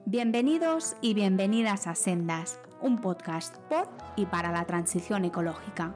Bienvenidos y bienvenidas a Sendas, un podcast por y para la transición ecológica.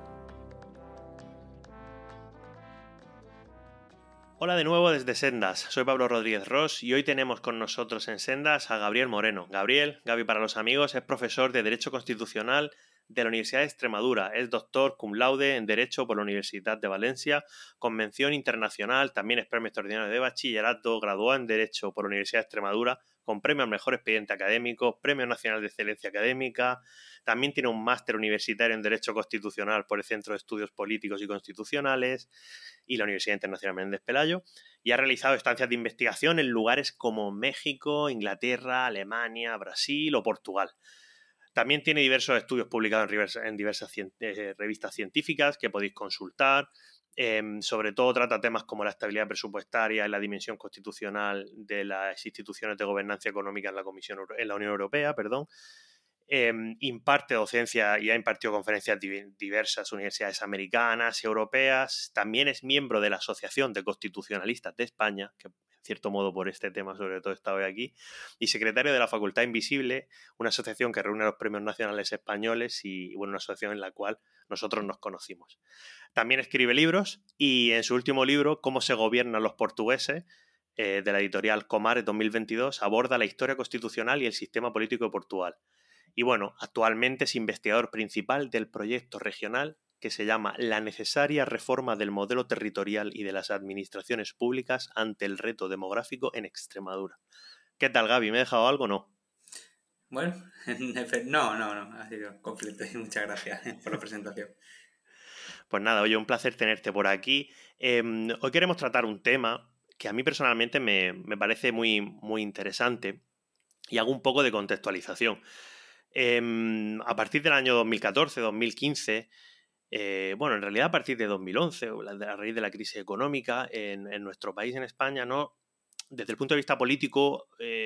Hola de nuevo desde Sendas, soy Pablo Rodríguez Ros y hoy tenemos con nosotros en Sendas a Gabriel Moreno. Gaby para los amigos, es profesor de Derecho Constitucional de la Universidad de Extremadura, es doctor cum laude en Derecho por la Universidad de Valencia, con mención internacional, también es premio extraordinario de bachillerato, graduado en Derecho por la Universidad de Extremadura, con premio al mejor expediente académico, premio nacional de excelencia académica, también tiene un máster universitario en Derecho Constitucional por el Centro de Estudios Políticos y Constitucionales y la Universidad Internacional Menéndez Pelayo, y ha realizado estancias de investigación en lugares como México, Inglaterra, Alemania, Brasil o Portugal. También tiene diversos estudios publicados en diversas revistas científicas que podéis consultar. Sobre todo trata temas como la estabilidad presupuestaria y la dimensión constitucional de las instituciones de gobernanza económica en la Unión Europea, imparte docencia y ha impartido conferencias en diversas universidades americanas, europeas. También es miembro de la Asociación de Constitucionalistas de España, que en cierto modo por este tema sobre todo está hoy aquí, y secretario de la Facultad Invisible, una asociación que reúne a los premios nacionales españoles y una asociación en la cual nosotros nos conocimos. También escribe libros y en su último libro, Cómo se gobiernan los portugueses, de la editorial Comares 2022, aborda la historia constitucional y el sistema político de Portugal. Y bueno, actualmente es investigador principal del proyecto regional que se llama La necesaria reforma del modelo territorial y de las administraciones públicas ante el reto demográfico en Extremadura. ¿Qué tal, Gaby? ¿Me he dejado algo o no? Bueno, no, ha sido completo y muchas gracias por la presentación. Pues nada, oye, un placer tenerte por aquí. Hoy queremos tratar un tema que a mí personalmente me parece muy, muy interesante y hago un poco de contextualización. A partir del año 2014-2015, bueno, en realidad a partir de 2011, a raíz de la crisis económica en nuestro país, en España, ¿no? Desde el punto de vista político,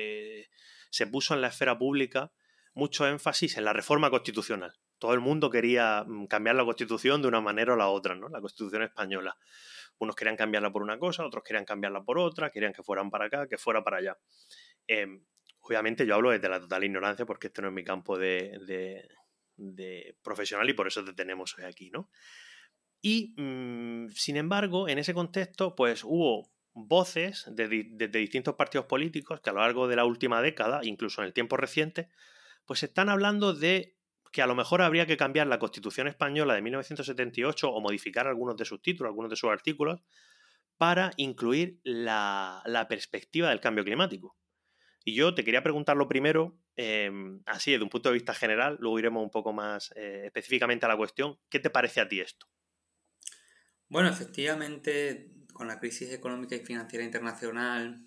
se puso en la esfera pública mucho énfasis en la reforma constitucional. Todo el mundo quería cambiar la Constitución de una manera o la otra, ¿no? La Constitución española. Unos querían cambiarla por una cosa, otros querían cambiarla por otra, querían que fueran para acá, que fuera para allá. Obviamente yo hablo desde la total ignorancia porque este no es mi campo de profesional y por eso te tenemos hoy aquí, ¿no? Y, sin embargo, en ese contexto, pues hubo voces de distintos partidos políticos que a lo largo de la última década, incluso en el tiempo reciente, pues están hablando de que a lo mejor habría que cambiar la Constitución española de 1978 o modificar algunos de sus títulos, algunos de sus artículos, para incluir la perspectiva del cambio climático. Y yo te quería preguntar lo primero, así desde un punto de vista general, luego iremos un poco más específicamente a la cuestión. ¿Qué te parece a ti esto? Bueno, efectivamente, con la crisis económica y financiera internacional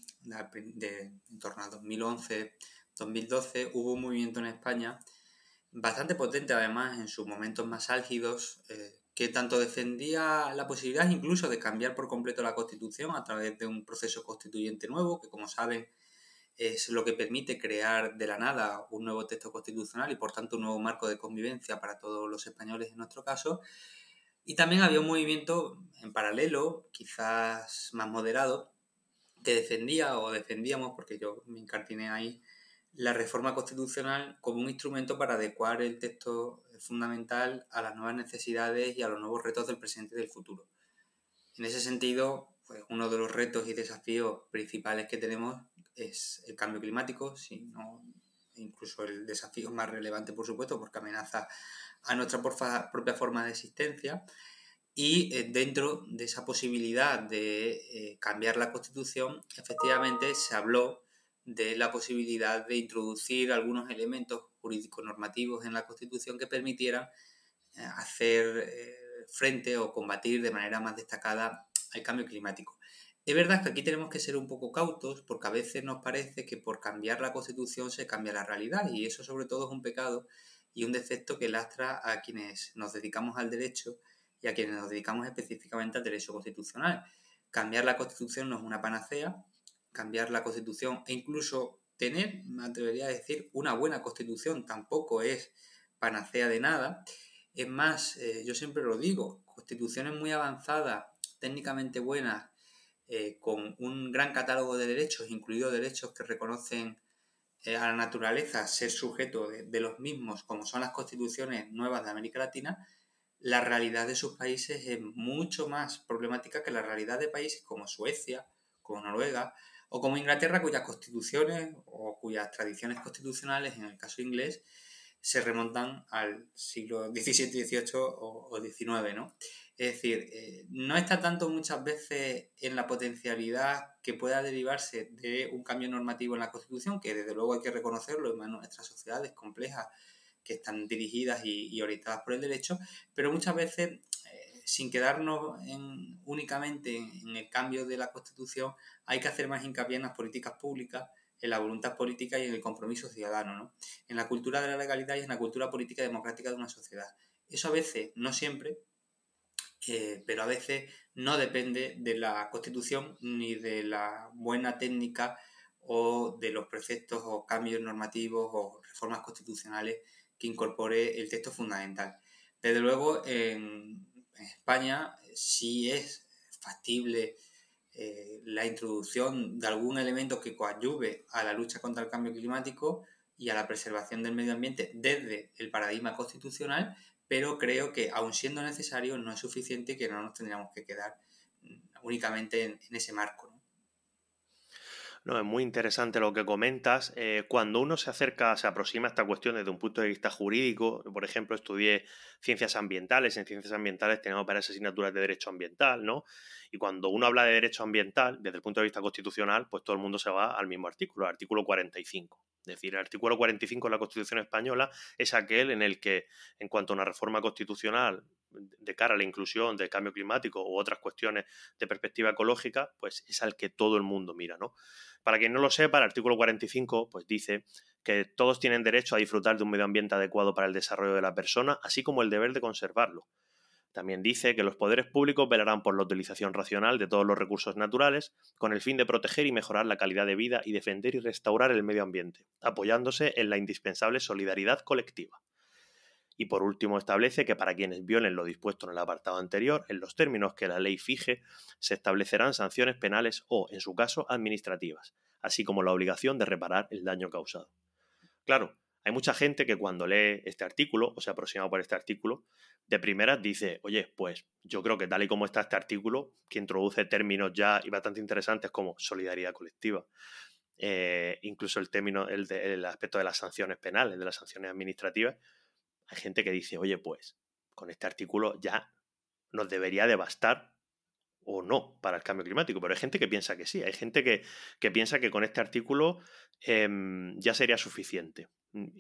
en torno a 2011-2012, hubo un movimiento en España bastante potente, además, en sus momentos más álgidos, que tanto defendía la posibilidad incluso de cambiar por completo la Constitución a través de un proceso constituyente nuevo, que como saben es lo que permite crear de la nada un nuevo texto constitucional y por tanto un nuevo marco de convivencia para todos los españoles en nuestro caso. Y también había un movimiento en paralelo, quizás más moderado, que defendía o defendíamos, porque yo me encartiné ahí, la reforma constitucional como un instrumento para adecuar el texto fundamental a las nuevas necesidades y a los nuevos retos del presente y del futuro. En ese sentido, pues uno de los retos y desafíos principales que tenemos es el cambio climático, sino incluso el desafío más relevante, por supuesto, porque amenaza a nuestra propia forma de existencia. Y dentro de esa posibilidad de cambiar la Constitución, efectivamente se habló de la posibilidad de introducir algunos elementos jurídicos normativos en la Constitución que permitieran hacer frente o combatir de manera más destacada al cambio climático. Es verdad que aquí tenemos que ser un poco cautos porque a veces nos parece que por cambiar la Constitución se cambia la realidad y eso sobre todo es un pecado y un defecto que lastra a quienes nos dedicamos al derecho y a quienes nos dedicamos específicamente al derecho constitucional. Cambiar la Constitución no es una panacea, cambiar la Constitución e incluso tener, me atrevería a decir, una buena Constitución tampoco es panacea de nada. Es más, yo siempre lo digo, constituciones muy avanzadas, técnicamente buenas, con un gran catálogo de derechos, incluidos derechos que reconocen a la naturaleza ser sujeto de los mismos, como son las constituciones nuevas de América Latina, la realidad de sus países es mucho más problemática que la realidad de países como Suecia, como Noruega o como Inglaterra, cuyas constituciones o cuyas tradiciones constitucionales, en el caso inglés, se remontan al siglo XVII, XVIII o XIX, ¿no? Es decir, no está tanto muchas veces en la potencialidad que pueda derivarse de un cambio normativo en la Constitución, que desde luego hay que reconocerlo, en nuestras sociedades complejas que están dirigidas y orientadas por el derecho, pero muchas veces, sin quedarnos únicamente en el cambio de la Constitución, hay que hacer más hincapié en las políticas públicas, en la voluntad política y en el compromiso ciudadano, ¿no? En la cultura de la legalidad y en la cultura política democrática de una sociedad. Eso a veces, no siempre, pero a veces no depende de la Constitución ni de la buena técnica o de los preceptos o cambios normativos o reformas constitucionales que incorpore el texto fundamental. Desde luego, en España sí es factible la introducción de algún elemento que coadyuve a la lucha contra el cambio climático y a la preservación del medio ambiente desde el paradigma constitucional, pero creo que, aun siendo necesario, no es suficiente y que no nos tendríamos que quedar únicamente en ese marco, ¿no? No, es muy interesante lo que comentas. Cuando uno se acerca, se aproxima a esta cuestión desde un punto de vista jurídico, por ejemplo, estudié ciencias ambientales. En ciencias ambientales tenemos varias asignaturas de derecho ambiental, ¿no? Y cuando uno habla de derecho ambiental, desde el punto de vista constitucional, pues todo el mundo se va al mismo artículo, el artículo 45. Es decir, el artículo 45 de la Constitución española es aquel en el que, en cuanto a una reforma constitucional de cara a la inclusión del cambio climático u otras cuestiones de perspectiva ecológica, pues es al que todo el mundo mira, ¿no? Para quien no lo sepa, el artículo 45 pues dice que todos tienen derecho a disfrutar de un medio ambiente adecuado para el desarrollo de la persona, así como el deber de conservarlo. También dice que los poderes públicos velarán por la utilización racional de todos los recursos naturales con el fin de proteger y mejorar la calidad de vida y defender y restaurar el medio ambiente, apoyándose en la indispensable solidaridad colectiva. Y por último establece que para quienes violen lo dispuesto en el apartado anterior, en los términos que la ley fije, se establecerán sanciones penales o, en su caso, administrativas, así como la obligación de reparar el daño causado. Claro, hay mucha gente que cuando lee este artículo o se aproxima por este artículo, de primeras dice, oye, pues yo creo que tal y como está este artículo, que introduce términos ya y bastante interesantes como solidaridad colectiva, incluso el aspecto de las sanciones penales, de las sanciones administrativas, hay gente que dice, oye, pues con este artículo ya nos debería de bastar o no para el cambio climático, pero hay gente que piensa que sí, hay gente que piensa que con este artículo ya sería suficiente.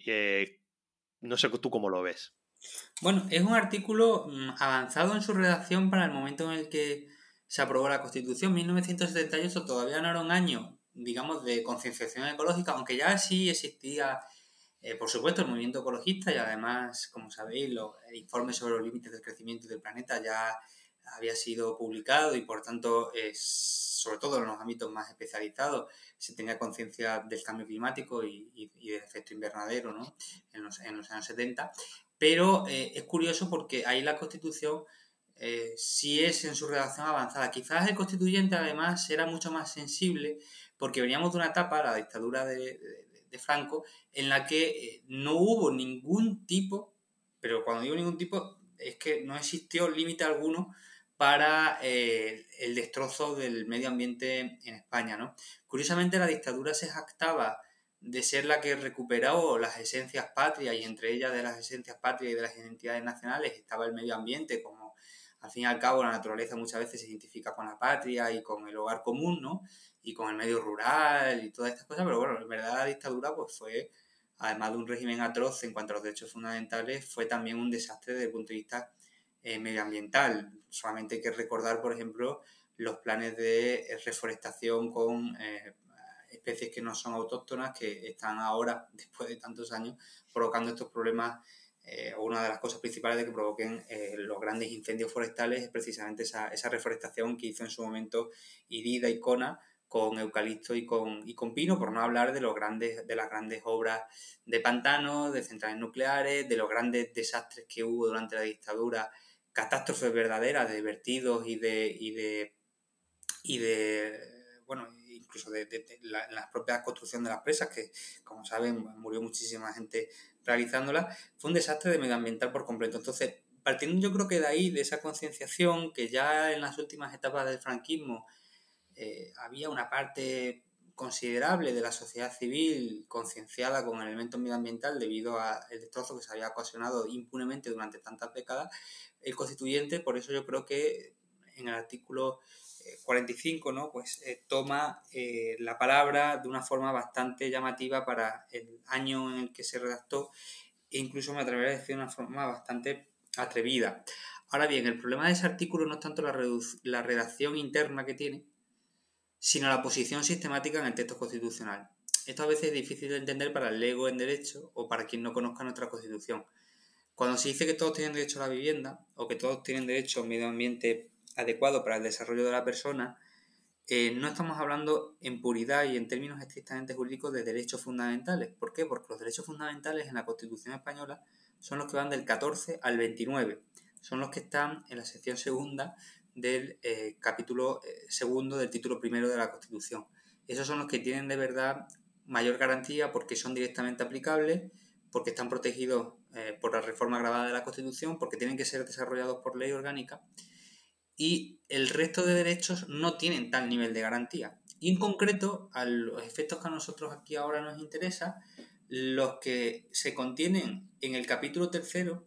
No sé tú cómo lo ves. Bueno, es un artículo avanzado en su redacción para el momento en el que se aprobó la Constitución. 1978 todavía no era un año, digamos, de concienciación ecológica, aunque ya sí existía, por supuesto, el movimiento ecologista y además, como sabéis, el informe sobre los límites del crecimiento del planeta ya había sido publicado y, por tanto, sobre todo en los ámbitos más especializados, se tenía conciencia del cambio climático y del efecto invernadero, ¿no? en los años 70. Pero es curioso porque ahí la Constitución sí es en su redacción avanzada. Quizás el constituyente además era mucho más sensible porque veníamos de una etapa, la dictadura de Franco, en la que no hubo ningún tipo, pero cuando digo ningún tipo es que no existió límite alguno para el destrozo del medio ambiente en España, ¿no? Curiosamente la dictadura se jactaba de ser la que recuperó las esencias patrias y entre ellas de las esencias patrias y de las identidades nacionales estaba el medio ambiente, como al fin y al cabo la naturaleza muchas veces se identifica con la patria y con el hogar común, ¿no? Y con el medio rural y todas estas cosas, pero bueno, en verdad la dictadura pues fue, además de un régimen atroz en cuanto a los derechos fundamentales, fue también un desastre desde el punto de vista medioambiental. Solamente hay que recordar, por ejemplo, los planes de reforestación con especies que no son autóctonas, que están ahora, después de tantos años, provocando estos problemas. Una de las cosas principales de que provoquen los grandes incendios forestales es precisamente esa reforestación que hizo en su momento Irida y Kona con eucalipto y con pino, por no hablar de las grandes obras de pantanos, de centrales nucleares, de los grandes desastres que hubo durante la dictadura, catástrofes verdaderas de vertidos y de incluso de la propia construcción de las presas, que como saben murió muchísima gente realizándola, fue un desastre de medioambiental por completo. Entonces, partiendo yo creo que de ahí, de esa concienciación, que ya en las últimas etapas del franquismo había una parte considerable de la sociedad civil concienciada con el elemento medioambiental debido al destrozo que se había ocasionado impunemente durante tantas décadas, el constituyente, por eso yo creo que en el artículo 45, ¿no? Pues toma la palabra de una forma bastante llamativa para el año en el que se redactó, e incluso me atrevería a decir de una forma bastante atrevida. Ahora bien, el problema de ese artículo no es tanto la redacción interna que tiene, sino la posición sistemática en el texto constitucional. Esto a veces es difícil de entender para el lego en derecho o para quien no conozca nuestra Constitución. Cuando se dice que todos tienen derecho a la vivienda o que todos tienen derecho a un medio ambiente adecuado para el desarrollo de la persona, no estamos hablando en puridad y en términos estrictamente jurídicos de derechos fundamentales. ¿Por qué? Porque los derechos fundamentales en la Constitución española son los que van del 14 al 29. Son los que están en la sección segunda del capítulo segundo del título primero de la Constitución. Esos son los que tienen de verdad mayor garantía porque son directamente aplicables, porque están protegidos por la reforma grabada de la Constitución, porque tienen que ser desarrollados por ley orgánica, y el resto de derechos no tienen tal nivel de garantía. Y en concreto, a los efectos que a nosotros aquí ahora nos interesa, los que se contienen en el capítulo tercero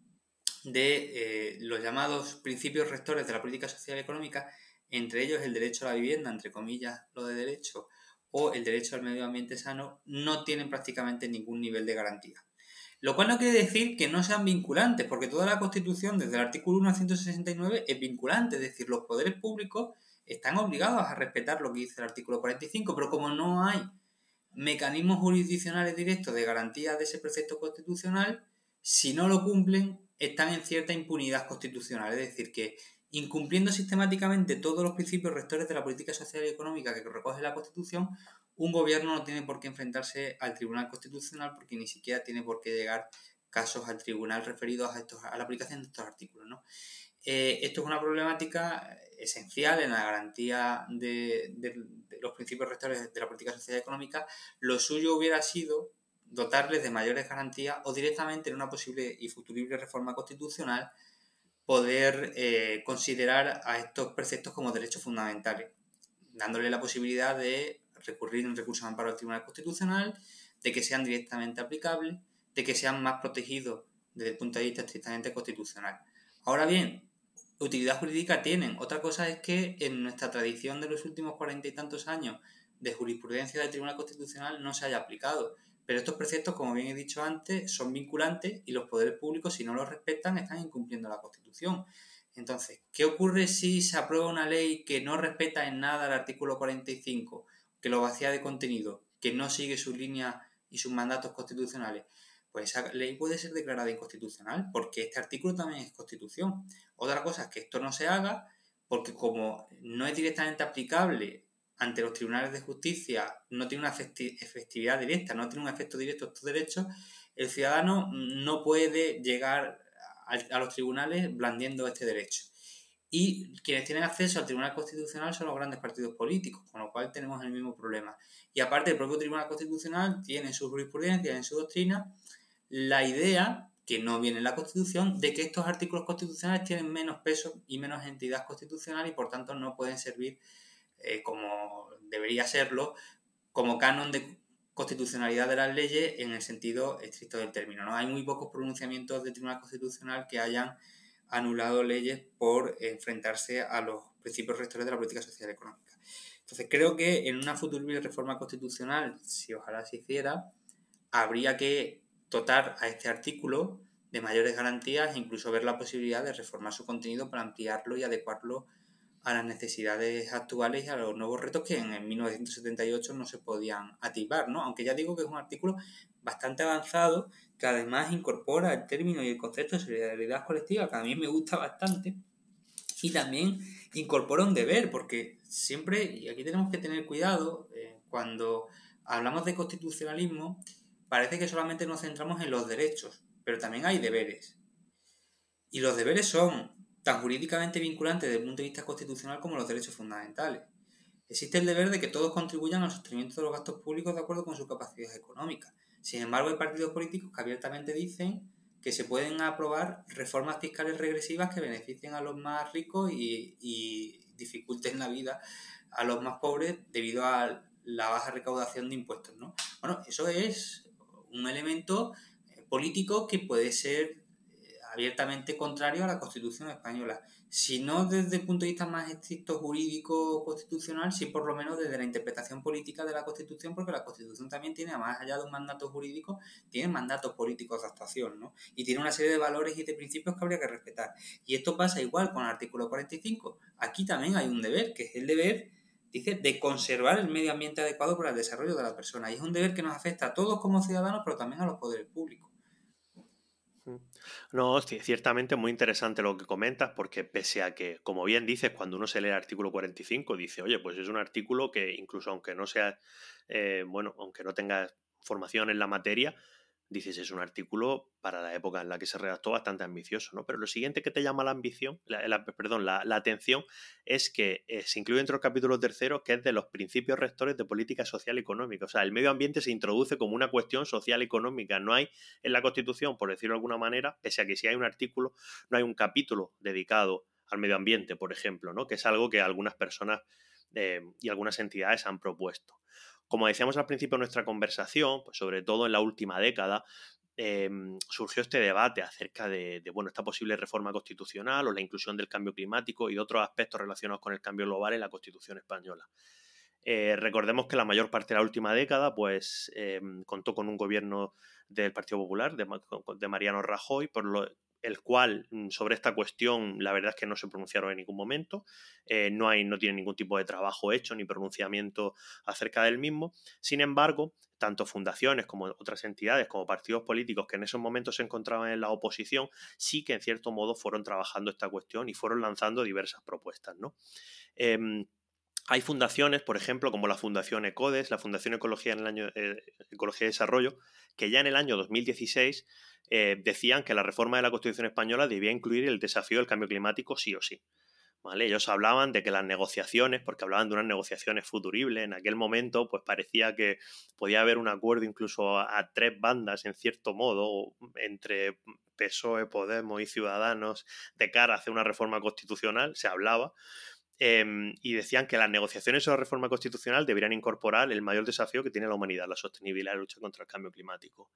de los llamados principios rectores de la política social y económica, entre ellos el derecho a la vivienda, entre comillas lo de derecho, o el derecho al medio ambiente sano, no tienen prácticamente ningún nivel de garantía. Lo cual no quiere decir que no sean vinculantes, porque toda la Constitución, desde el artículo 1 al 169, es vinculante, es decir, los poderes públicos están obligados a respetar lo que dice el artículo 45, pero como no hay mecanismos jurisdiccionales directos de garantía de ese precepto constitucional, si no lo cumplen, están en cierta impunidad constitucional, es decir, que incumpliendo sistemáticamente todos los principios rectores de la política social y económica que recoge la Constitución, un gobierno no tiene por qué enfrentarse al Tribunal Constitucional porque ni siquiera tiene por qué llegar casos al tribunal referidos a la aplicación de estos artículos, ¿no? Esto es una problemática esencial en la garantía de los principios rectores de la política social y económica. Lo suyo hubiera sido dotarles de mayores garantías o directamente en una posible y futurible reforma constitucional poder considerar a estos preceptos como derechos fundamentales, dándole la posibilidad de recurrir en recursos de amparo al Tribunal Constitucional, de que sean directamente aplicables, de que sean más protegidos desde el punto de vista estrictamente constitucional. Ahora bien, utilidad jurídica tienen. Otra cosa es que en nuestra tradición de los últimos 40 y tantos años de jurisprudencia del Tribunal Constitucional no se haya aplicado. Pero estos preceptos, como bien he dicho antes, son vinculantes y los poderes públicos, si no los respetan, están incumpliendo la Constitución. Entonces, ¿qué ocurre si se aprueba una ley que no respeta en nada el artículo 45, que lo vacía de contenido, que no sigue sus líneas y sus mandatos constitucionales? Pues esa ley puede ser declarada inconstitucional porque este artículo también es Constitución. Otra cosa es que esto no se haga porque como no es directamente aplicable ante los tribunales de justicia, no tiene una efectividad directa, no tiene un efecto directo estos derechos, el ciudadano no puede llegar a los tribunales blandiendo este derecho. Y quienes tienen acceso al Tribunal Constitucional son los grandes partidos políticos, con lo cual tenemos el mismo problema. Y aparte, el propio Tribunal Constitucional tiene en su jurisprudencia, en su doctrina, la idea, que no viene en la Constitución, de que estos artículos constitucionales tienen menos peso y menos entidad constitucional y por tanto no pueden servir como debería serlo, como canon de constitucionalidad de las leyes en el sentido estricto del término, ¿no? Hay muy pocos pronunciamientos del Tribunal Constitucional que hayan anulado leyes por enfrentarse a los principios rectores de la política social y económica. Entonces creo que en una futura reforma constitucional, si ojalá se hiciera, habría que dotar a este artículo de mayores garantías e incluso ver la posibilidad de reformar su contenido para ampliarlo y adecuarlo a las necesidades actuales y a los nuevos retos que en 1978 no se podían atisbar, ¿no? Aunque ya digo que es un artículo bastante avanzado que además incorpora el término y el concepto de solidaridad colectiva, que a mí me gusta bastante, y también incorpora un deber, porque siempre, y aquí tenemos que tener cuidado, cuando hablamos de constitucionalismo, parece que solamente nos centramos en los derechos, pero también hay deberes. Y los deberes son tan jurídicamente vinculantes desde el punto de vista constitucional como los derechos fundamentales. existe el deber de que todos contribuyan al sostenimiento de los gastos públicos de acuerdo con su capacidad económica. Sin embargo, hay partidos políticos que abiertamente dicen que se pueden aprobar reformas fiscales regresivas que beneficien a los más ricos y dificulten la vida a los más pobres debido a la baja recaudación de impuestos, ¿no? Bueno, eso es un elemento político que puede ser abiertamente contrario a la Constitución española. Si no desde el punto de vista más estricto jurídico constitucional, sí por lo menos desde la interpretación política de la Constitución, porque la Constitución también tiene, más allá de un mandato jurídico, tiene mandatos políticos de actuación, ¿no? Y tiene una serie de valores y de principios que habría que respetar. Y esto pasa igual con el artículo 45. Aquí también hay un deber, que es el deber, dice, de conservar el medio ambiente adecuado para el desarrollo de la persona. Y es un deber que nos afecta a todos como ciudadanos, pero también a los poderes públicos. No, sí, ciertamente muy interesante lo que comentas, porque pese a que, como bien dices, cuando uno se lee el artículo 45, dice, oye, pues es un artículo que incluso aunque no sea, bueno, aunque no tengas formación en la materia, dices, es un artículo para la época en la que se redactó bastante ambicioso, ¿no? Pero lo siguiente que te llama la ambición, perdón, la atención, es que se incluye dentro del capítulo tercero, que es de los principios rectores de política social y económica. O sea, el medio ambiente se introduce como una cuestión social y económica. No hay en la Constitución, por decirlo de alguna manera, pese a que sí hay un artículo, no hay un capítulo dedicado al medio ambiente, por ejemplo, ¿no? Que es algo que algunas personas y algunas entidades han propuesto. Como decíamos al principio de nuestra conversación, pues sobre todo en la última década, surgió este debate acerca de bueno, esta posible reforma constitucional o la inclusión del cambio climático y de otros aspectos relacionados con el cambio global en la Constitución española. Recordemos que la mayor parte de la última década pues, contó con un gobierno del Partido Popular, de Mariano Rajoy, el cual sobre esta cuestión la verdad es que no se pronunciaron en ningún momento, no tiene ningún tipo de trabajo hecho ni pronunciamiento acerca del mismo. Sin embargo, tanto fundaciones como otras entidades, como partidos políticos que en esos momentos se encontraban en la oposición, sí que en cierto modo fueron trabajando esta cuestión y fueron lanzando diversas propuestas, ¿no? Hay fundaciones, por ejemplo, como la Fundación ECODES, la Fundación Ecología Ecología y Desarrollo, que ya en el año 2016 decían que la reforma de la Constitución española debía incluir el desafío del cambio climático sí o sí. ¿Vale? Ellos hablaban de que las negociaciones, porque hablaban de unas negociaciones futuribles, en aquel momento pues parecía que podía haber un acuerdo incluso a tres bandas, en cierto modo, entre PSOE, Podemos y Ciudadanos de cara a hacer una reforma constitucional, se hablaba. Y decían que las negociaciones sobre la reforma constitucional deberían incorporar el mayor desafío que tiene la humanidad, la sostenibilidad y la lucha contra el cambio climático.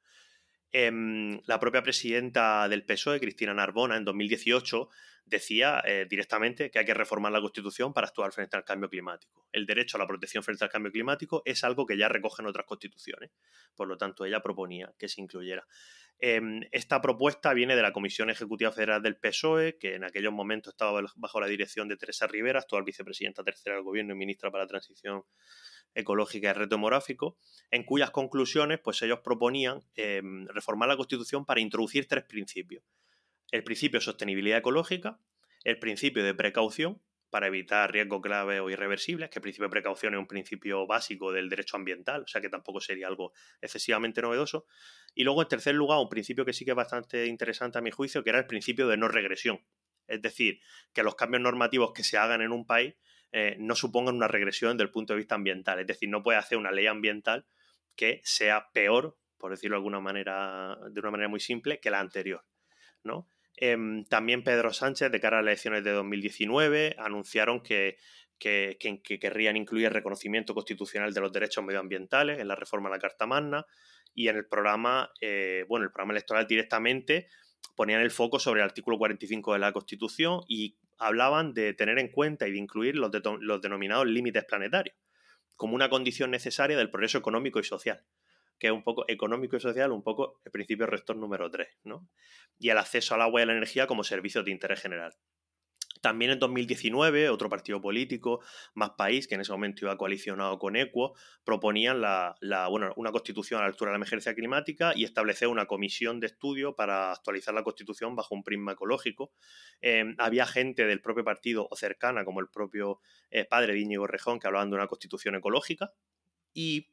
La propia presidenta del PSOE, Cristina Narbona, en 2018 decía directamente que hay que reformar la Constitución para actuar frente al cambio climático. El derecho a la protección frente al cambio climático es algo que ya recogen otras constituciones. Por lo tanto, ella proponía que se incluyera. Esta propuesta viene de la Comisión Ejecutiva Federal del PSOE, que en aquellos momentos estaba bajo la dirección de Teresa Rivera, actual vicepresidenta tercera del Gobierno y ministra para la Transición Ecológica y Reto Demográfico, en cuyas conclusiones pues ellos proponían reformar la Constitución para introducir tres principios. El principio de sostenibilidad ecológica, el principio de precaución, para evitar riesgos graves o irreversibles, que el principio de precaución es un principio básico del derecho ambiental, o sea que tampoco sería algo excesivamente novedoso. Y luego, en tercer lugar, un principio que sí que es bastante interesante a mi juicio, que era el principio de no regresión. Es decir, que los cambios normativos que se hagan en un país no supongan una regresión desde el punto de vista ambiental. Es decir, no puede hacer una ley ambiental que sea peor, por decirlo de una manera muy simple, que la anterior, ¿no? También Pedro Sánchez, de cara a las elecciones de 2019, anunciaron que querrían incluir el reconocimiento constitucional de los derechos medioambientales en la reforma de la Carta Magna, y en el programa, el programa electoral directamente ponían el foco sobre el artículo 45 de la Constitución y hablaban de tener en cuenta y de incluir los denominados límites planetarios como una condición necesaria del progreso económico y social, que es un poco económico y social, un poco el principio rector número 3, ¿no? Y el acceso al agua y a la energía como servicios de interés general. También en 2019, otro partido político, Más País, que en ese momento iba coalicionado con Equo, proponían una constitución a la altura de la emergencia climática y establecer una comisión de estudio para actualizar la constitución bajo un prisma ecológico. Había gente del propio partido o cercana, como el propio padre de Íñigo Errejón, que hablaban de una constitución ecológica. Y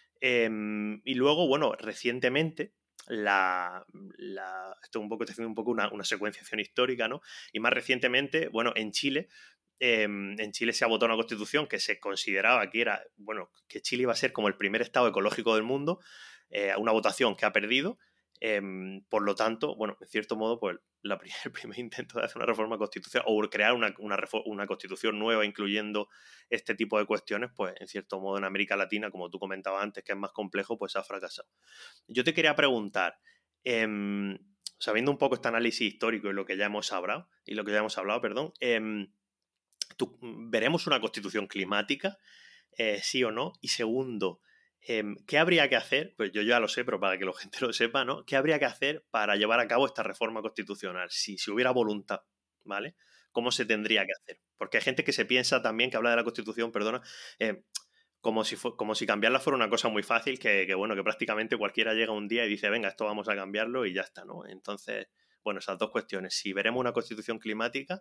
luego, bueno, recientemente, estoy haciendo un poco una secuenciación histórica, ¿no? Y más recientemente, bueno, en Chile en Chile se ha votado una constitución que se consideraba que era, bueno, que Chile iba a ser como el primer estado ecológico del mundo, una votación que ha perdido. Por lo tanto, bueno, en cierto modo, pues el primer intento de hacer una reforma constitucional o crear una constitución nueva incluyendo este tipo de cuestiones, pues en cierto modo en América Latina, como tú comentabas antes, que es más complejo, pues ha fracasado. Yo te quería preguntar, sabiendo un poco este análisis histórico y lo que ya hemos hablado, perdón, ¿veremos una constitución climática? Sí o no. Y segundo, ¿qué habría que hacer? Pues yo ya lo sé, pero para que la gente lo sepa, ¿no? ¿Qué habría que hacer para llevar a cabo esta reforma constitucional? Si hubiera voluntad, ¿vale? ¿Cómo se tendría que hacer? Porque hay gente que se piensa también, que habla de la Constitución, perdona, como si cambiarla fuera una cosa muy fácil, bueno, que prácticamente cualquiera llega un día y dice, venga, esto vamos a cambiarlo y ya está, ¿no? Entonces, bueno, esas dos cuestiones. Si veremos una constitución climática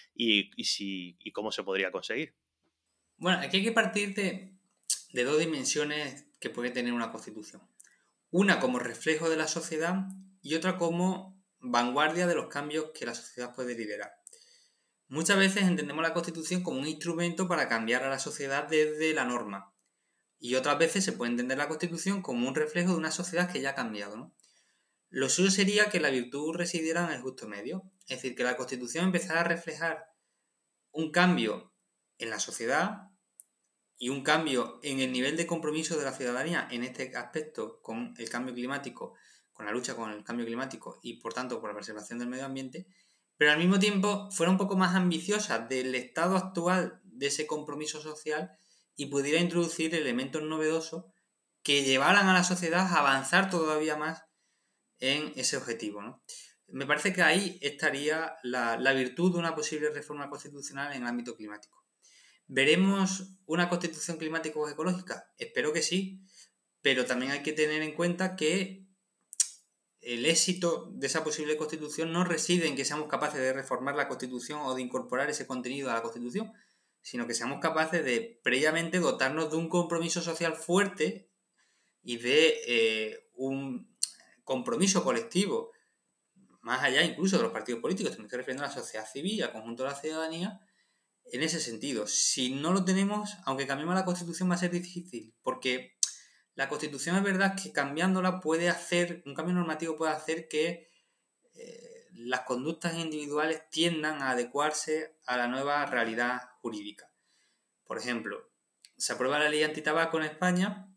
y cómo se podría conseguir. Bueno, aquí hay que partir de dos dimensiones que puede tener una constitución. Una como reflejo de la sociedad y otra como vanguardia de los cambios que la sociedad puede liderar. Muchas veces entendemos la Constitución como un instrumento para cambiar a la sociedad desde la norma. Y otras veces se puede entender la Constitución como un reflejo de una sociedad que ya ha cambiado, ¿no? Lo suyo sería que la virtud residiera en el justo medio. Es decir, que la Constitución empezara a reflejar un cambio en la sociedad y un cambio en el nivel de compromiso de la ciudadanía en este aspecto con el cambio climático, con la lucha con el cambio climático y por tanto por la preservación del medio ambiente, pero al mismo tiempo fuera un poco más ambiciosa del estado actual de ese compromiso social y pudiera introducir elementos novedosos que llevaran a la sociedad a avanzar todavía más en ese objetivo, ¿no? Me parece que ahí estaría la virtud de una posible reforma constitucional en el ámbito climático. ¿Veremos una constitución climático-ecológica? Espero que sí, pero también hay que tener en cuenta que el éxito de esa posible constitución no reside en que seamos capaces de reformar la constitución o de incorporar ese contenido a la constitución, sino que seamos capaces de previamente dotarnos de un compromiso social fuerte y de un compromiso colectivo, más allá incluso de los partidos políticos, me estoy refiriendo a la sociedad civil, al conjunto de la ciudadanía, en ese sentido. Si no lo tenemos, aunque cambiemos la Constitución va a ser difícil, porque la Constitución es verdad que cambiándola puede hacer, un cambio normativo puede hacer que las conductas individuales tiendan a adecuarse a la nueva realidad jurídica. Por ejemplo, se aprueba la ley antitabaco en España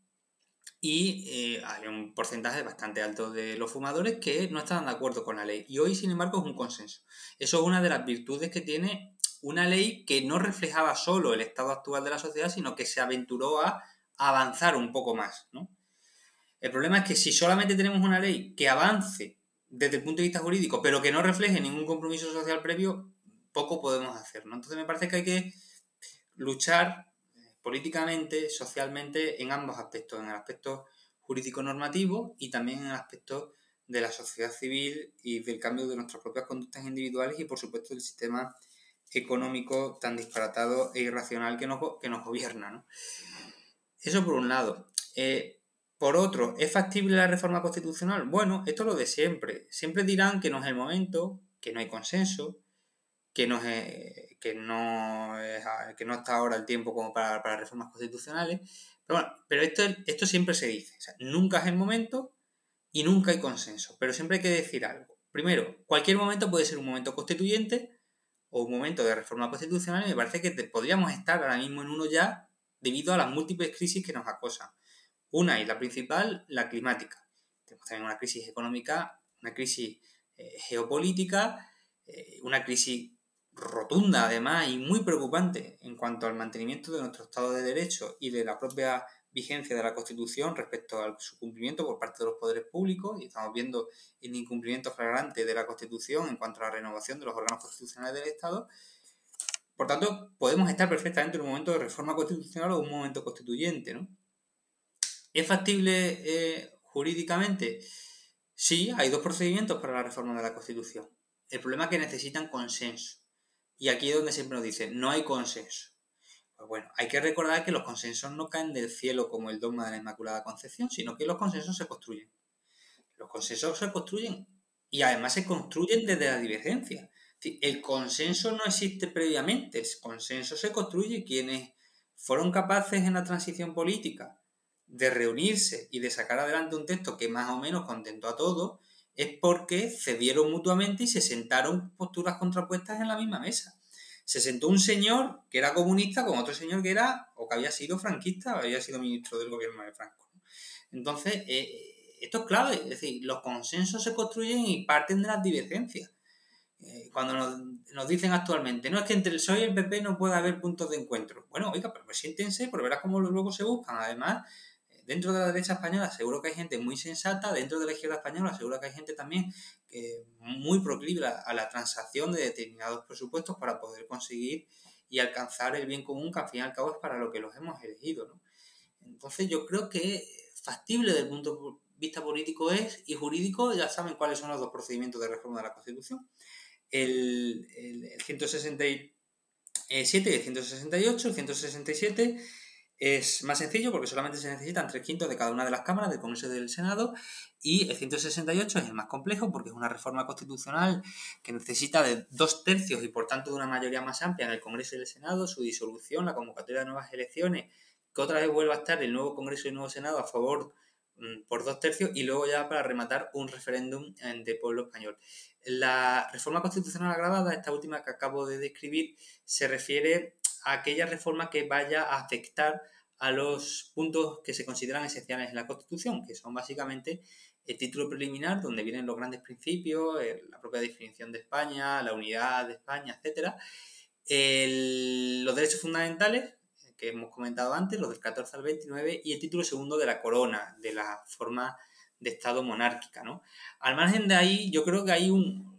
y hay un porcentaje bastante alto de los fumadores que no están de acuerdo con la ley. Y hoy, sin embargo, es un consenso. Eso es una de las virtudes que tiene una ley que no reflejaba solo el estado actual de la sociedad, sino que se aventuró a avanzar un poco más, ¿no? El problema es que si solamente tenemos una ley que avance desde el punto de vista jurídico, pero que no refleje ningún compromiso social previo, poco podemos hacer, ¿no? Entonces me parece que hay que luchar políticamente, socialmente, en ambos aspectos, en el aspecto jurídico-normativo y también en el aspecto de la sociedad civil y del cambio de nuestras propias conductas individuales y, por supuesto, del sistema económico tan disparatado e irracional que nos gobierna, ¿no? Eso por un lado. Por otro, ¿es factible la reforma constitucional? Bueno, esto es lo de siempre. Siempre dirán que no es el momento, que no hay consenso, que no está ahora el tiempo como para reformas constitucionales. Pero bueno, pero esto siempre se dice. O sea, nunca es el momento y nunca hay consenso. Pero siempre hay que decir algo. Primero, cualquier momento puede ser un momento constituyente o un momento de reforma constitucional y me parece que podríamos estar ahora mismo en uno ya debido a las múltiples crisis que nos acosan. Una y la principal, la climática. Tenemos también una crisis económica, una crisis geopolítica, una crisis rotunda además y muy preocupante en cuanto al mantenimiento de nuestro Estado de Derecho y de la propia vigencia de la Constitución respecto a su cumplimiento por parte de los poderes públicos, y estamos viendo el incumplimiento flagrante de la Constitución en cuanto a la renovación de los órganos constitucionales del Estado. Por tanto, podemos estar perfectamente en un momento de reforma constitucional o un momento constituyente, ¿no? ¿Es factible jurídicamente? Sí, hay dos procedimientos para la reforma de la Constitución. El problema es que necesitan consenso. Y aquí es donde siempre nos dicen, no hay consenso. Pues bueno, hay que recordar que los consensos no caen del cielo como el dogma de la Inmaculada Concepción, sino que los consensos se construyen. Los consensos se construyen y además se construyen desde la divergencia. El consenso no existe previamente, el consenso se construye. Quienes fueron capaces en la transición política de reunirse y de sacar adelante un texto que más o menos contentó a todos, es porque cedieron mutuamente y se sentaron posturas contrapuestas en la misma mesa. Se sentó un señor que era comunista con otro señor que era, o que había sido franquista, o había sido ministro del gobierno de Franco. Entonces, esto es clave, es decir, los consensos se construyen y parten de las divergencias. Cuando nos dicen actualmente, no, es que entre el PSOE y el PP no puede haber puntos de encuentro. Bueno, oiga, pero pues siéntense, pero verás cómo luego se buscan. Además, dentro de la derecha española seguro que hay gente muy sensata, dentro de la izquierda española seguro que hay gente también muy proclive a la transacción de determinados presupuestos para poder conseguir y alcanzar el bien común, que al fin y al cabo es para lo que los hemos elegido, ¿no? Entonces yo creo que factible desde el punto de vista político es, y jurídico ya saben cuáles son los dos procedimientos de reforma de la Constitución. El 167 y el 168. El 167 es más sencillo porque solamente se necesitan 3/5 de cada una de las cámaras del Congreso y del Senado, y el 168 es el más complejo porque es una reforma constitucional que necesita de 2/3 y por tanto de una mayoría más amplia en el Congreso y el Senado, su disolución, la convocatoria de nuevas elecciones, que otra vez vuelva a estar el nuevo Congreso y el nuevo Senado a favor por 2/3 y luego ya para rematar un referéndum de pueblo español. La reforma constitucional agravada, esta última que acabo de describir, se refiere a aquella reforma que vaya a afectar a los puntos que se consideran esenciales en la Constitución, que son básicamente el título preliminar, donde vienen los grandes principios, la propia definición de España, la unidad de España, etc. Los derechos fundamentales, que hemos comentado antes, los del 14 al 29, y el título segundo de la corona, de la forma de Estado monárquica, ¿no? Al margen de ahí, yo creo que hay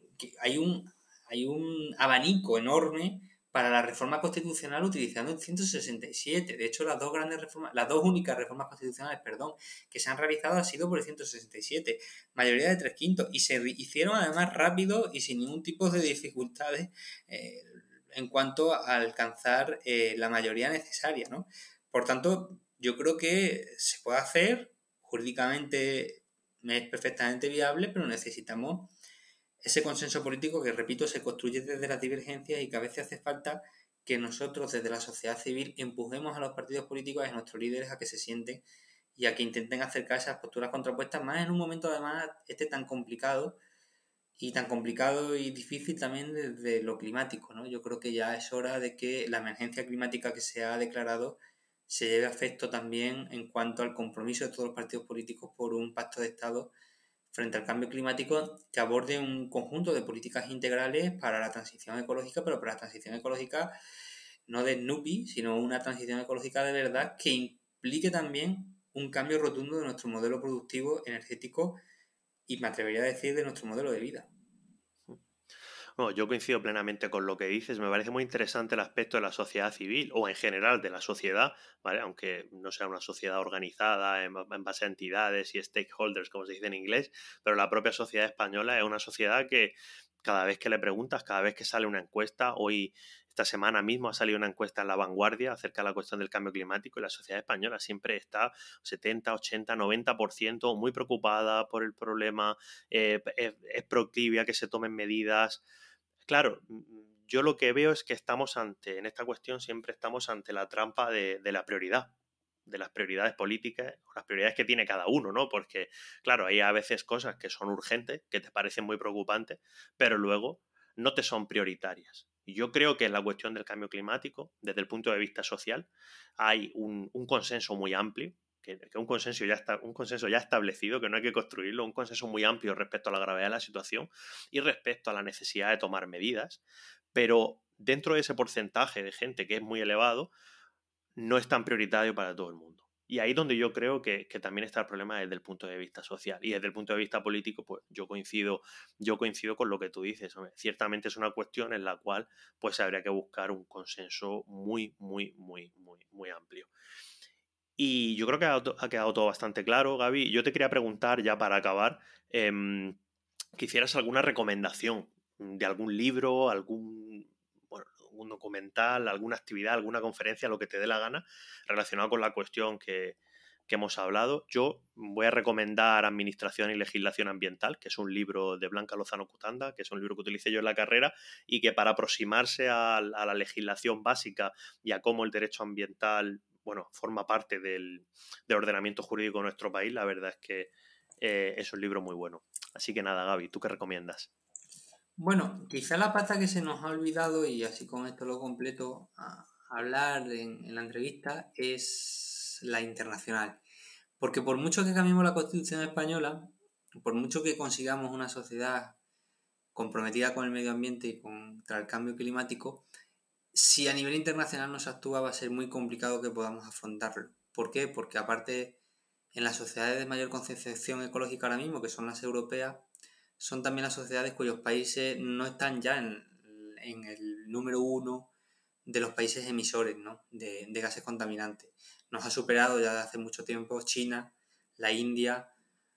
un abanico enorme para la reforma constitucional utilizando el 167. De hecho, las dos únicas reformas constitucionales, que se han realizado han sido por el 167, mayoría de 3/5, y se hicieron además rápido y sin ningún tipo de dificultades en cuanto a alcanzar la mayoría necesaria, ¿no? Por tanto, yo creo que se puede hacer, jurídicamente es perfectamente viable, pero necesitamos ese consenso político que, repito, se construye desde las divergencias y que a veces hace falta que nosotros desde la sociedad civil empujemos a los partidos políticos y a nuestros líderes a que se sienten y a que intenten acercar esas posturas contrapuestas, más en un momento además tan complicado y difícil también desde lo climático, ¿no? Yo creo que ya es hora de que la emergencia climática que se ha declarado se lleve a efecto también en cuanto al compromiso de todos los partidos políticos por un pacto de Estado frente al cambio climático que aborde un conjunto de políticas integrales para la transición ecológica, pero para la transición ecológica no de Snoopy, sino una transición ecológica de verdad que implique también un cambio rotundo de nuestro modelo productivo, energético y, me atrevería a decir, de nuestro modelo de vida. Bueno, yo coincido plenamente con lo que dices. Me parece muy interesante el aspecto de la sociedad civil o en general de la sociedad, ¿vale? Aunque no sea una sociedad organizada en base a entidades y stakeholders, como se dice en inglés, pero la propia sociedad española es una sociedad que cada vez que le preguntas, cada vez que sale una encuesta, esta semana mismo ha salido una encuesta en La Vanguardia acerca de la cuestión del cambio climático y la sociedad española siempre está 70, 80, 90% muy preocupada por el problema, es proclive a que se tomen medidas. Claro, yo lo que veo es que en esta cuestión siempre estamos ante la trampa de la prioridad, de las prioridades políticas, o las prioridades que tiene cada uno, ¿no? Porque, claro, hay a veces cosas que son urgentes, que te parecen muy preocupantes, pero luego no te son prioritarias. Y yo creo que en la cuestión del cambio climático, desde el punto de vista social, hay un consenso muy amplio, que un consenso ya establecido, que no hay que construirlo, un consenso muy amplio respecto a la gravedad de la situación y respecto a la necesidad de tomar medidas, pero dentro de ese porcentaje de gente que es muy elevado, no es tan prioritario para todo el mundo. Y ahí es donde yo creo que también está el problema desde el punto de vista social. Y desde el punto de vista político, pues yo coincido con lo que tú dices. Hombre, ciertamente es una cuestión en la cual pues habría que buscar un consenso muy, muy, muy, muy, muy amplio. Y yo creo que ha quedado todo bastante claro, Gaby. Yo te quería preguntar, ya para acabar, que hicieras alguna recomendación de algún libro, bueno, algún documental, alguna actividad, alguna conferencia, lo que te dé la gana, relacionado con la cuestión que hemos hablado. Yo voy a recomendar Administración y Legislación Ambiental, que es un libro de Blanca Lozano Cutanda, que es un libro que utilicé yo en la carrera y que para aproximarse a la legislación básica y a cómo el derecho ambiental, bueno, forma parte del ordenamiento jurídico de nuestro país, la verdad es que es un libro muy bueno. Así que nada, Gaby, ¿tú qué recomiendas? Bueno, quizá la pata que se nos ha olvidado, y así con esto lo completo, a hablar en la entrevista, es la internacional. Porque por mucho que cambiemos la Constitución española, por mucho que consigamos una sociedad comprometida con el medio ambiente y contra el cambio climático, si a nivel internacional no se actúa va a ser muy complicado que podamos afrontarlo. ¿Por qué? Porque aparte en las sociedades de mayor concienciación ecológica ahora mismo, que son las europeas, son también las sociedades cuyos países no están ya en el número uno de los países emisores, ¿no? de gases contaminantes. Nos ha superado ya desde hace mucho tiempo China, la India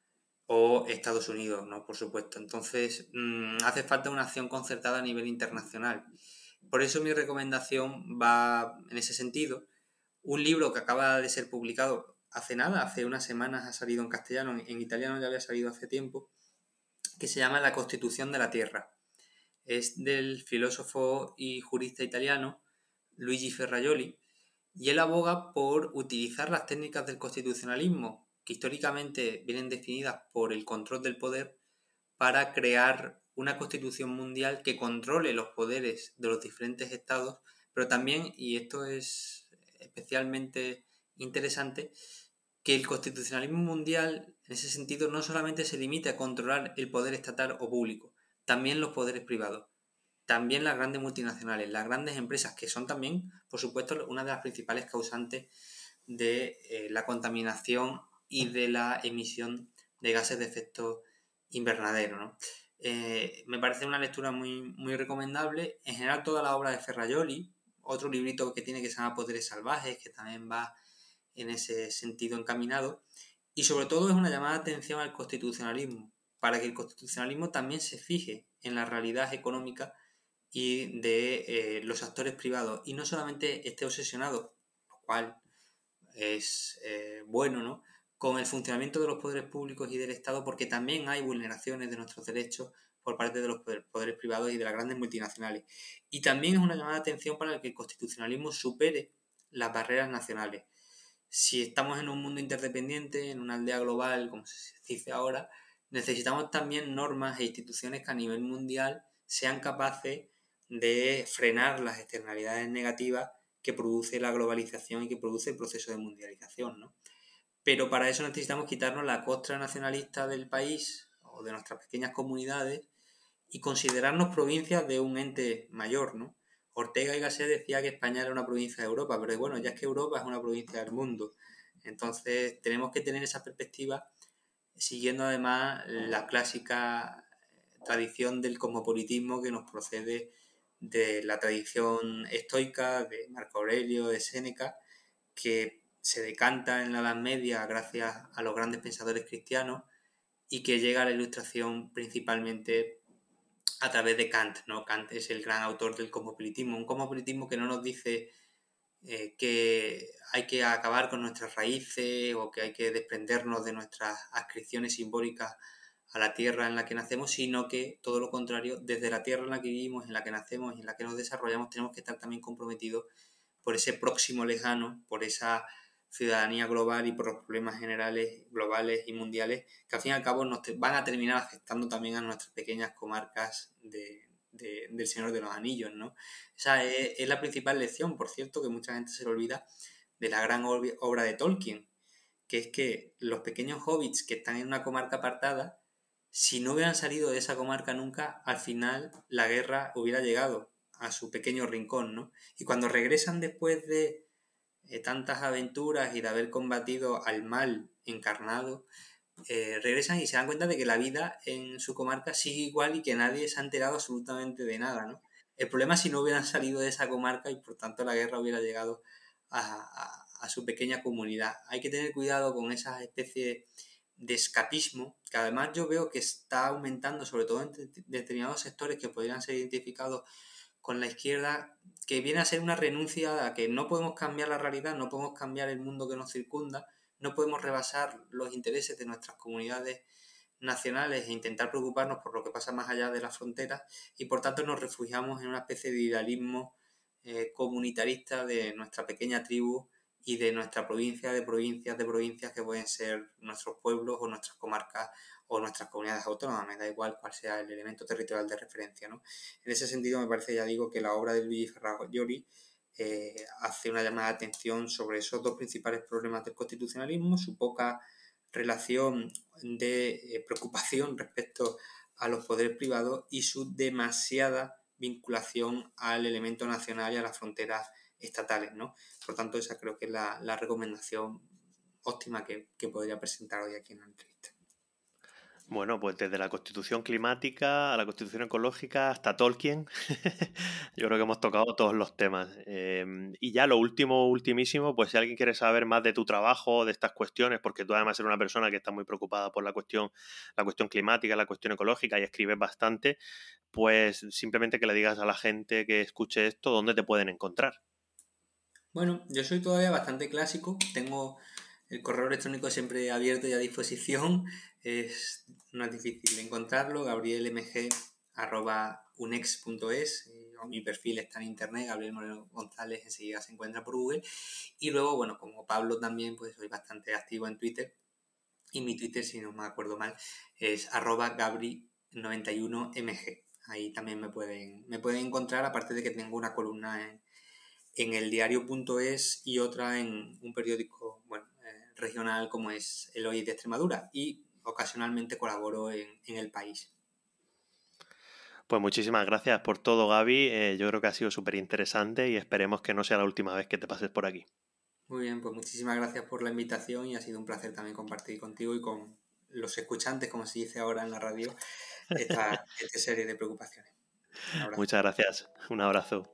o Estados Unidos, ¿no? Por supuesto. Entonces, hace falta una acción concertada a nivel internacional. Por eso mi recomendación va en ese sentido. Un libro que acaba de ser publicado hace nada, hace unas semanas ha salido en castellano, en italiano ya había salido hace tiempo, que se llama La Constitución de la Tierra. Es del filósofo y jurista italiano Luigi Ferrajoli, y él aboga por utilizar las técnicas del constitucionalismo, que históricamente vienen definidas por el control del poder, para crear una constitución mundial que controle los poderes de los diferentes estados, pero también, y esto es especialmente interesante, que el constitucionalismo mundial, en ese sentido, no solamente se limite a controlar el poder estatal o público, también los poderes privados, también las grandes multinacionales, las grandes empresas, que son también, por supuesto, una de las principales causantes de la contaminación y de la emisión de gases de efecto invernadero, ¿no? Me parece una lectura muy, muy recomendable. En general, toda la obra de Ferrajoli, otro librito que tiene que se llama Poderes Salvajes, que también va en ese sentido encaminado, y sobre todo es una llamada de atención al constitucionalismo, para que el constitucionalismo también se fije en la realidad económica y de los actores privados, y no solamente esté obsesionado, lo cual es bueno, ¿no?, con el funcionamiento de los poderes públicos y del Estado, porque también hay vulneraciones de nuestros derechos por parte de los poderes privados y de las grandes multinacionales. Y también es una llamada de atención para que el constitucionalismo supere las barreras nacionales. Si estamos en un mundo interdependiente, en una aldea global, como se dice ahora, necesitamos también normas e instituciones que a nivel mundial sean capaces de frenar las externalidades negativas que produce la globalización y que produce el proceso de mundialización, ¿no? Pero para eso necesitamos quitarnos la costra nacionalista del país o de nuestras pequeñas comunidades y considerarnos provincias de un ente mayor, ¿no? Ortega y Gasset decía que España era una provincia de Europa, pero bueno, ya es que Europa es una provincia del mundo. Entonces tenemos que tener esa perspectiva, siguiendo además la clásica tradición del cosmopolitismo que nos procede de la tradición estoica de Marco Aurelio, de Séneca, que se decanta en la Edad Media gracias a los grandes pensadores cristianos y que llega a la Ilustración principalmente a través de Kant, ¿no? Kant es el gran autor del cosmopolitismo, un cosmopolitismo que no nos dice que hay que acabar con nuestras raíces o que hay que desprendernos de nuestras adscripciones simbólicas a la tierra en la que nacemos, sino que todo lo contrario, desde la tierra en la que vivimos, en la que nacemos y en la que nos desarrollamos, tenemos que estar también comprometidos por ese próximo lejano, por esa ciudadanía global y por los problemas generales, globales y mundiales, que al fin y al cabo nos van a terminar afectando también a nuestras pequeñas comarcas del Señor de los Anillos, ¿no? Esa es la principal lección, por cierto, que mucha gente se le olvida de la gran obra de Tolkien, que es que los pequeños hobbits que están en una comarca apartada, si no hubieran salido de esa comarca nunca, al final la guerra hubiera llegado a su pequeño rincón, ¿no? Y cuando regresan después de tantas aventuras y de haber combatido al mal encarnado, regresan y se dan cuenta de que la vida en su comarca sigue igual y que nadie se ha enterado absolutamente de nada, ¿no? El problema es si no hubieran salido de esa comarca y por tanto la guerra hubiera llegado a su pequeña comunidad. Hay que tener cuidado con esas especies de escapismo, que además yo veo que está aumentando, sobre todo en determinados sectores que podrían ser identificados con la izquierda, que viene a ser una renuncia a que no podemos cambiar la realidad, no podemos cambiar el mundo que nos circunda, no podemos rebasar los intereses de nuestras comunidades nacionales e intentar preocuparnos por lo que pasa más allá de las fronteras, y por tanto nos refugiamos en una especie de idealismo comunitarista de nuestra pequeña tribu y de nuestra provincia, de provincias que pueden ser nuestros pueblos o nuestras comarcas o nuestras comunidades autónomas, me da igual cuál sea el elemento territorial de referencia, ¿no? En ese sentido me parece, ya digo, que la obra de Luigi Ferrajoli hace una llamada de atención sobre esos dos principales problemas del constitucionalismo, su poca relación de preocupación respecto a los poderes privados y su demasiada vinculación al elemento nacional y a las fronteras estatales, ¿no? Por tanto, esa creo que es la recomendación óptima que podría presentar hoy aquí en la entrevista. Bueno, pues desde la Constitución climática a la Constitución ecológica hasta Tolkien, yo creo que hemos tocado todos los temas. Y ya lo ultimísimo, pues si alguien quiere saber más de tu trabajo, de estas cuestiones, porque tú además eres una persona que está muy preocupada por la cuestión climática, la cuestión ecológica y escribes bastante, pues simplemente que le digas a la gente que escuche esto dónde te pueden encontrar. Bueno, yo soy todavía bastante clásico, tengo el correo electrónico siempre abierto y a disposición, no es difícil encontrarlo, gabrielmg@unex.es, mi perfil está en internet, Gabriel Moreno González, enseguida se encuentra por Google, y luego, bueno, como Pablo también, pues soy bastante activo en Twitter, y mi Twitter, si no me acuerdo mal, es @gabri91mg, ahí también me pueden encontrar, aparte de que tengo una columna en el diario.es y otra en un periódico regional como es El Hoy de Extremadura, y ocasionalmente colaboro en El País. Pues muchísimas gracias por todo, Gaby. Yo creo que ha sido súper interesante y esperemos que no sea la última vez que te pases por aquí. Muy bien, pues muchísimas gracias por la invitación y ha sido un placer también compartir contigo y con los escuchantes, como se dice ahora en la radio, esta serie de preocupaciones. Muchas gracias. Un abrazo.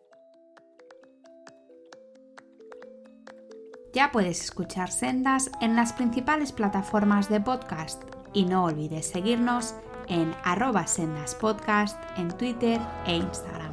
Ya puedes escuchar Sendas en las principales plataformas de podcast y no olvides seguirnos en @sendaspodcast en Twitter e Instagram.